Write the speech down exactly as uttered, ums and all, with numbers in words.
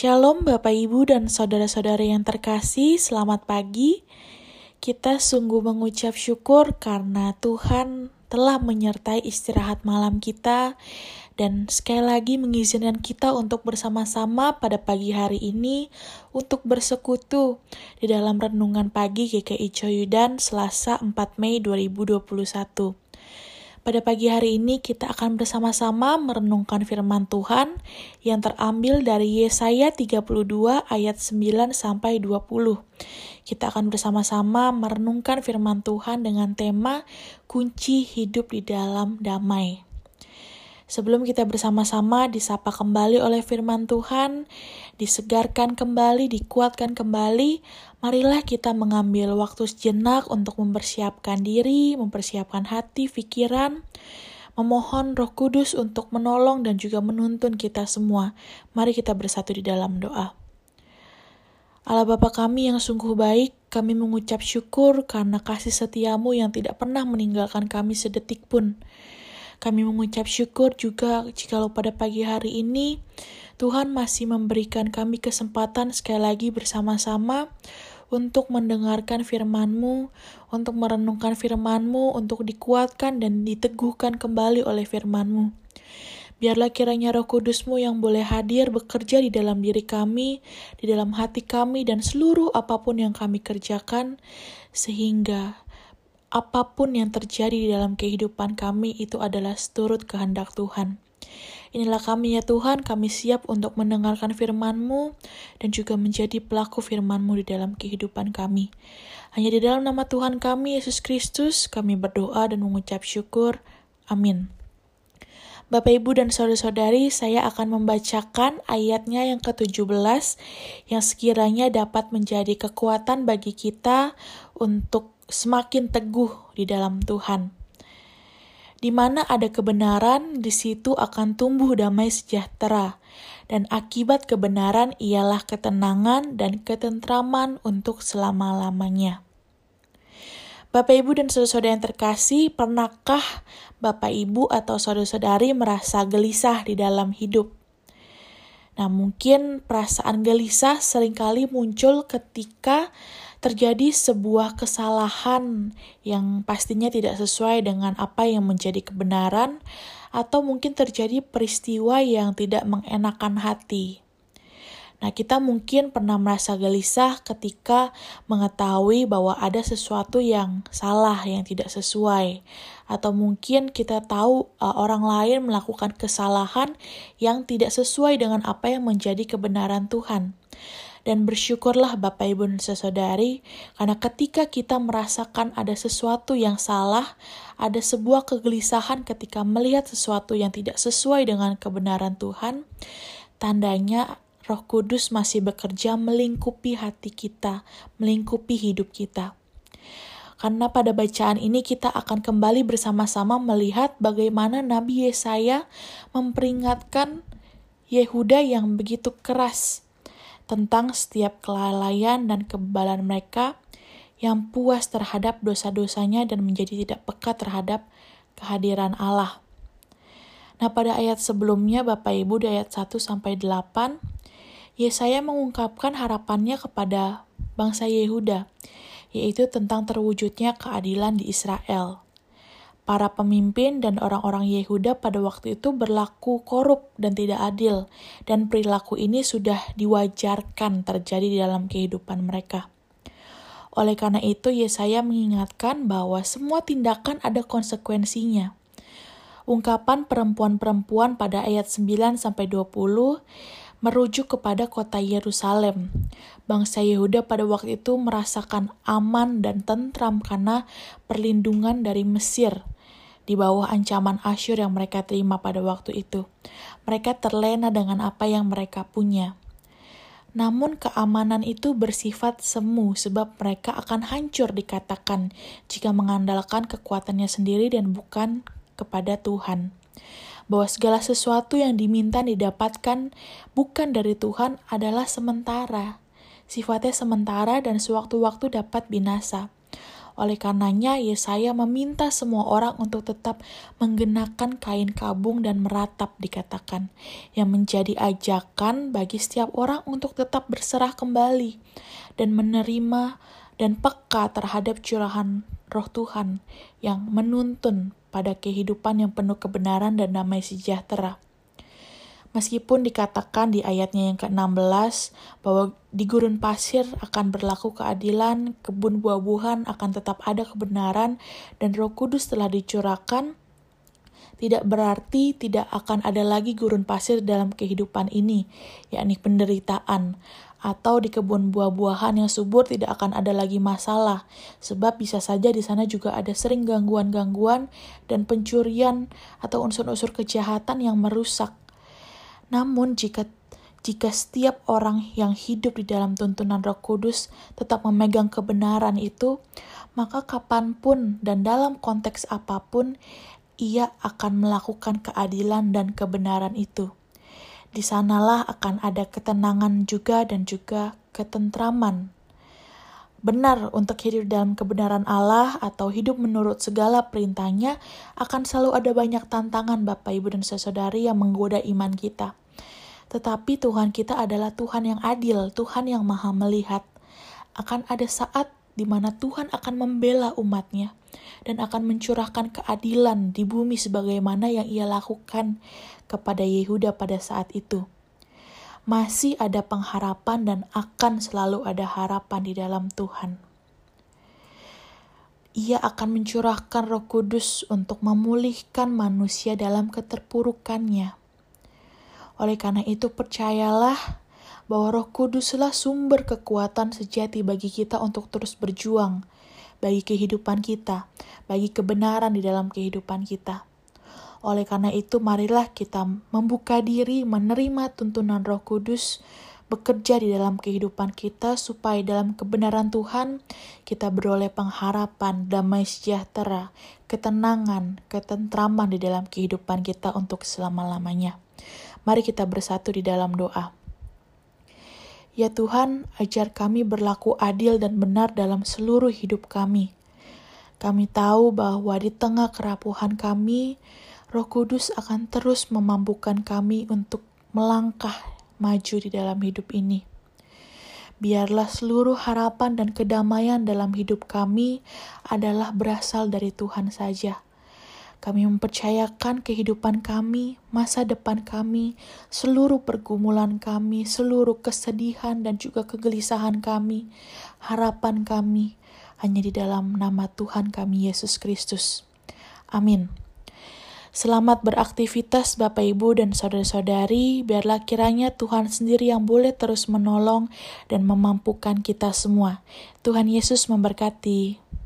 Shalom Bapak Ibu dan saudara-saudara yang terkasih, selamat pagi. Kita sungguh mengucap syukur karena Tuhan telah menyertai istirahat malam kita dan sekali lagi mengizinkan kita untuk bersama-sama pada pagi hari ini untuk bersekutu di dalam renungan pagi G K I Coyudan Selasa empat Mei dua ribu dua puluh satu. Pada pagi hari ini kita akan bersama-sama merenungkan firman Tuhan yang terambil dari Yesaya tiga puluh dua ayat sembilan sampai dua puluh. Kita akan bersama-sama merenungkan firman Tuhan dengan tema kunci hidup di dalam damai. Sebelum kita bersama-sama disapa kembali oleh firman Tuhan, disegarkan kembali, dikuatkan kembali, marilah kita mengambil waktu sejenak untuk mempersiapkan diri, mempersiapkan hati, pikiran, memohon Roh Kudus untuk menolong dan juga menuntun kita semua. Mari kita bersatu di dalam doa. Allah Bapa kami yang sungguh baik, kami mengucap syukur karena kasih setiamu yang tidak pernah meninggalkan kami sedetik pun. Kami mengucap syukur juga jikalau pada pagi hari ini Tuhan masih memberikan kami kesempatan sekali lagi bersama-sama untuk mendengarkan firman-Mu, untuk merenungkan firman-Mu, untuk dikuatkan dan diteguhkan kembali oleh firman-Mu. Biarlah kiranya Roh Kudus-Mu yang boleh hadir bekerja di dalam diri kami, di dalam hati kami, dan seluruh apapun yang kami kerjakan, sehingga apapun yang terjadi di dalam kehidupan kami itu adalah seturut kehendak Tuhan. Inilah kami ya Tuhan, kami siap untuk mendengarkan firman-Mu dan juga menjadi pelaku firman-Mu di dalam kehidupan kami. Hanya di dalam nama Tuhan kami, Yesus Kristus, kami berdoa dan mengucap syukur. Amin. Bapak, Ibu, dan saudara-saudari, saya akan membacakan ayatnya yang ke tujuh belas yang sekiranya dapat menjadi kekuatan bagi kita untuk semakin teguh di dalam Tuhan. Di mana ada kebenaran, di situ akan tumbuh damai sejahtera, dan akibat kebenaran ialah ketenangan dan ketentraman untuk selama-lamanya. Bapak, Ibu, dan saudara-saudara yang terkasih, pernahkah Bapak, Ibu, atau saudara-saudari merasa gelisah di dalam hidup? Nah, mungkin perasaan gelisah seringkali muncul ketika terjadi sebuah kesalahan yang pastinya tidak sesuai dengan apa yang menjadi kebenaran, atau mungkin terjadi peristiwa yang tidak mengenakan hati. Nah, kita mungkin pernah merasa gelisah ketika mengetahui bahwa ada sesuatu yang salah, yang tidak sesuai. Atau mungkin kita tahu uh, orang lain melakukan kesalahan yang tidak sesuai dengan apa yang menjadi kebenaran Tuhan. Dan bersyukurlah Bapak, Ibu, dan saudari, karena ketika kita merasakan ada sesuatu yang salah, ada sebuah kegelisahan ketika melihat sesuatu yang tidak sesuai dengan kebenaran Tuhan, tandanya Roh Kudus masih bekerja melingkupi hati kita, melingkupi hidup kita. Karena pada bacaan ini kita akan kembali bersama-sama melihat bagaimana Nabi Yesaya memperingatkan Yehuda yang begitu keras tentang setiap kelalaian dan kebebalan mereka yang puas terhadap dosa-dosanya dan menjadi tidak peka terhadap kehadiran Allah. Nah, pada ayat sebelumnya Bapak Ibu di ayat satu sampai delapan, Yesaya mengungkapkan harapannya kepada bangsa Yehuda, yaitu tentang terwujudnya keadilan di Israel. Para pemimpin dan orang-orang Yehuda pada waktu itu berlaku korup dan tidak adil, dan perilaku ini sudah diwajarkan terjadi di dalam kehidupan mereka. Oleh karena itu, Yesaya mengingatkan bahwa semua tindakan ada konsekuensinya. Ungkapan perempuan-perempuan pada ayat sembilan sampai dua puluh merujuk kepada kota Yerusalem. Bangsa Yehuda pada waktu itu merasakan aman dan tentram karena perlindungan dari Mesir di bawah ancaman Asyur yang mereka terima pada waktu itu. Mereka terlena dengan apa yang mereka punya. Namun keamanan itu bersifat semu sebab mereka akan hancur dikatakan jika mengandalkan kekuatannya sendiri dan bukan kepada Tuhan. Bahwa segala sesuatu yang diminta didapatkan bukan dari Tuhan adalah sementara. Sifatnya sementara dan sewaktu-waktu dapat binasa. Oleh karenanya, Yesaya meminta semua orang untuk tetap menggenakan kain kabung dan meratap, dikatakan, yang menjadi ajakan bagi setiap orang untuk tetap berserah kembali dan menerima dan peka terhadap curahan Roh Tuhan yang menuntun pada kehidupan yang penuh kebenaran dan damai sejahtera. Meskipun dikatakan di ayatnya yang ke enam belas bahwa di gurun pasir akan berlaku keadilan, kebun buah-buahan akan tetap ada kebenaran, dan Roh Kudus telah dicurahkan, tidak berarti tidak akan ada lagi gurun pasir dalam kehidupan ini, yakni penderitaan. Atau di kebun buah-buahan yang subur tidak akan ada lagi masalah, sebab bisa saja di sana juga ada sering gangguan-gangguan dan pencurian atau unsur-unsur kejahatan yang merusak. Namun jika jika setiap orang yang hidup di dalam tuntunan Roh Kudus tetap memegang kebenaran itu, maka kapanpun dan dalam konteks apapun, ia akan melakukan keadilan dan kebenaran itu. Di sanalah akan ada ketenangan juga dan juga ketentraman. Benar, untuk hidup dalam kebenaran Allah atau hidup menurut segala perintahnya akan selalu ada banyak tantangan Bapak, Ibu, dan saudari yang menggoda iman kita. Tetapi Tuhan kita adalah Tuhan yang adil, Tuhan yang maha melihat. Akan ada saat di mana Tuhan akan membela umatnya dan akan mencurahkan keadilan di bumi sebagaimana yang ia lakukan kepada Yehuda pada saat itu. Masih ada pengharapan dan akan selalu ada harapan di dalam Tuhan. Ia akan mencurahkan Roh Kudus untuk memulihkan manusia dalam keterpurukannya. Oleh karena itu percayalah bahwa Roh Kuduslah sumber kekuatan sejati bagi kita untuk terus berjuang, bagi kehidupan kita, bagi kebenaran di dalam kehidupan kita. Oleh karena itu, marilah kita membuka diri, menerima tuntunan Roh Kudus, bekerja di dalam kehidupan kita, supaya dalam kebenaran Tuhan, kita beroleh pengharapan, damai sejahtera, ketenangan, ketentraman di dalam kehidupan kita untuk selama-lamanya. Mari kita bersatu di dalam doa. Ya Tuhan, ajar kami berlaku adil dan benar dalam seluruh hidup kami. Kami tahu bahwa di tengah kerapuhan kami, Roh Kudus akan terus memampukan kami untuk melangkah maju di dalam hidup ini. Biarlah seluruh harapan dan kedamaian dalam hidup kami adalah berasal dari Tuhan saja. Kami mempercayakan kehidupan kami, masa depan kami, seluruh pergumulan kami, seluruh kesedihan dan juga kegelisahan kami, harapan kami, hanya di dalam nama Tuhan kami Yesus Kristus. Amin. Selamat beraktivitas Bapak, Ibu, dan saudara-saudari. Biarlah kiranya Tuhan sendiri yang boleh terus menolong dan memampukan kita semua. Tuhan Yesus memberkati.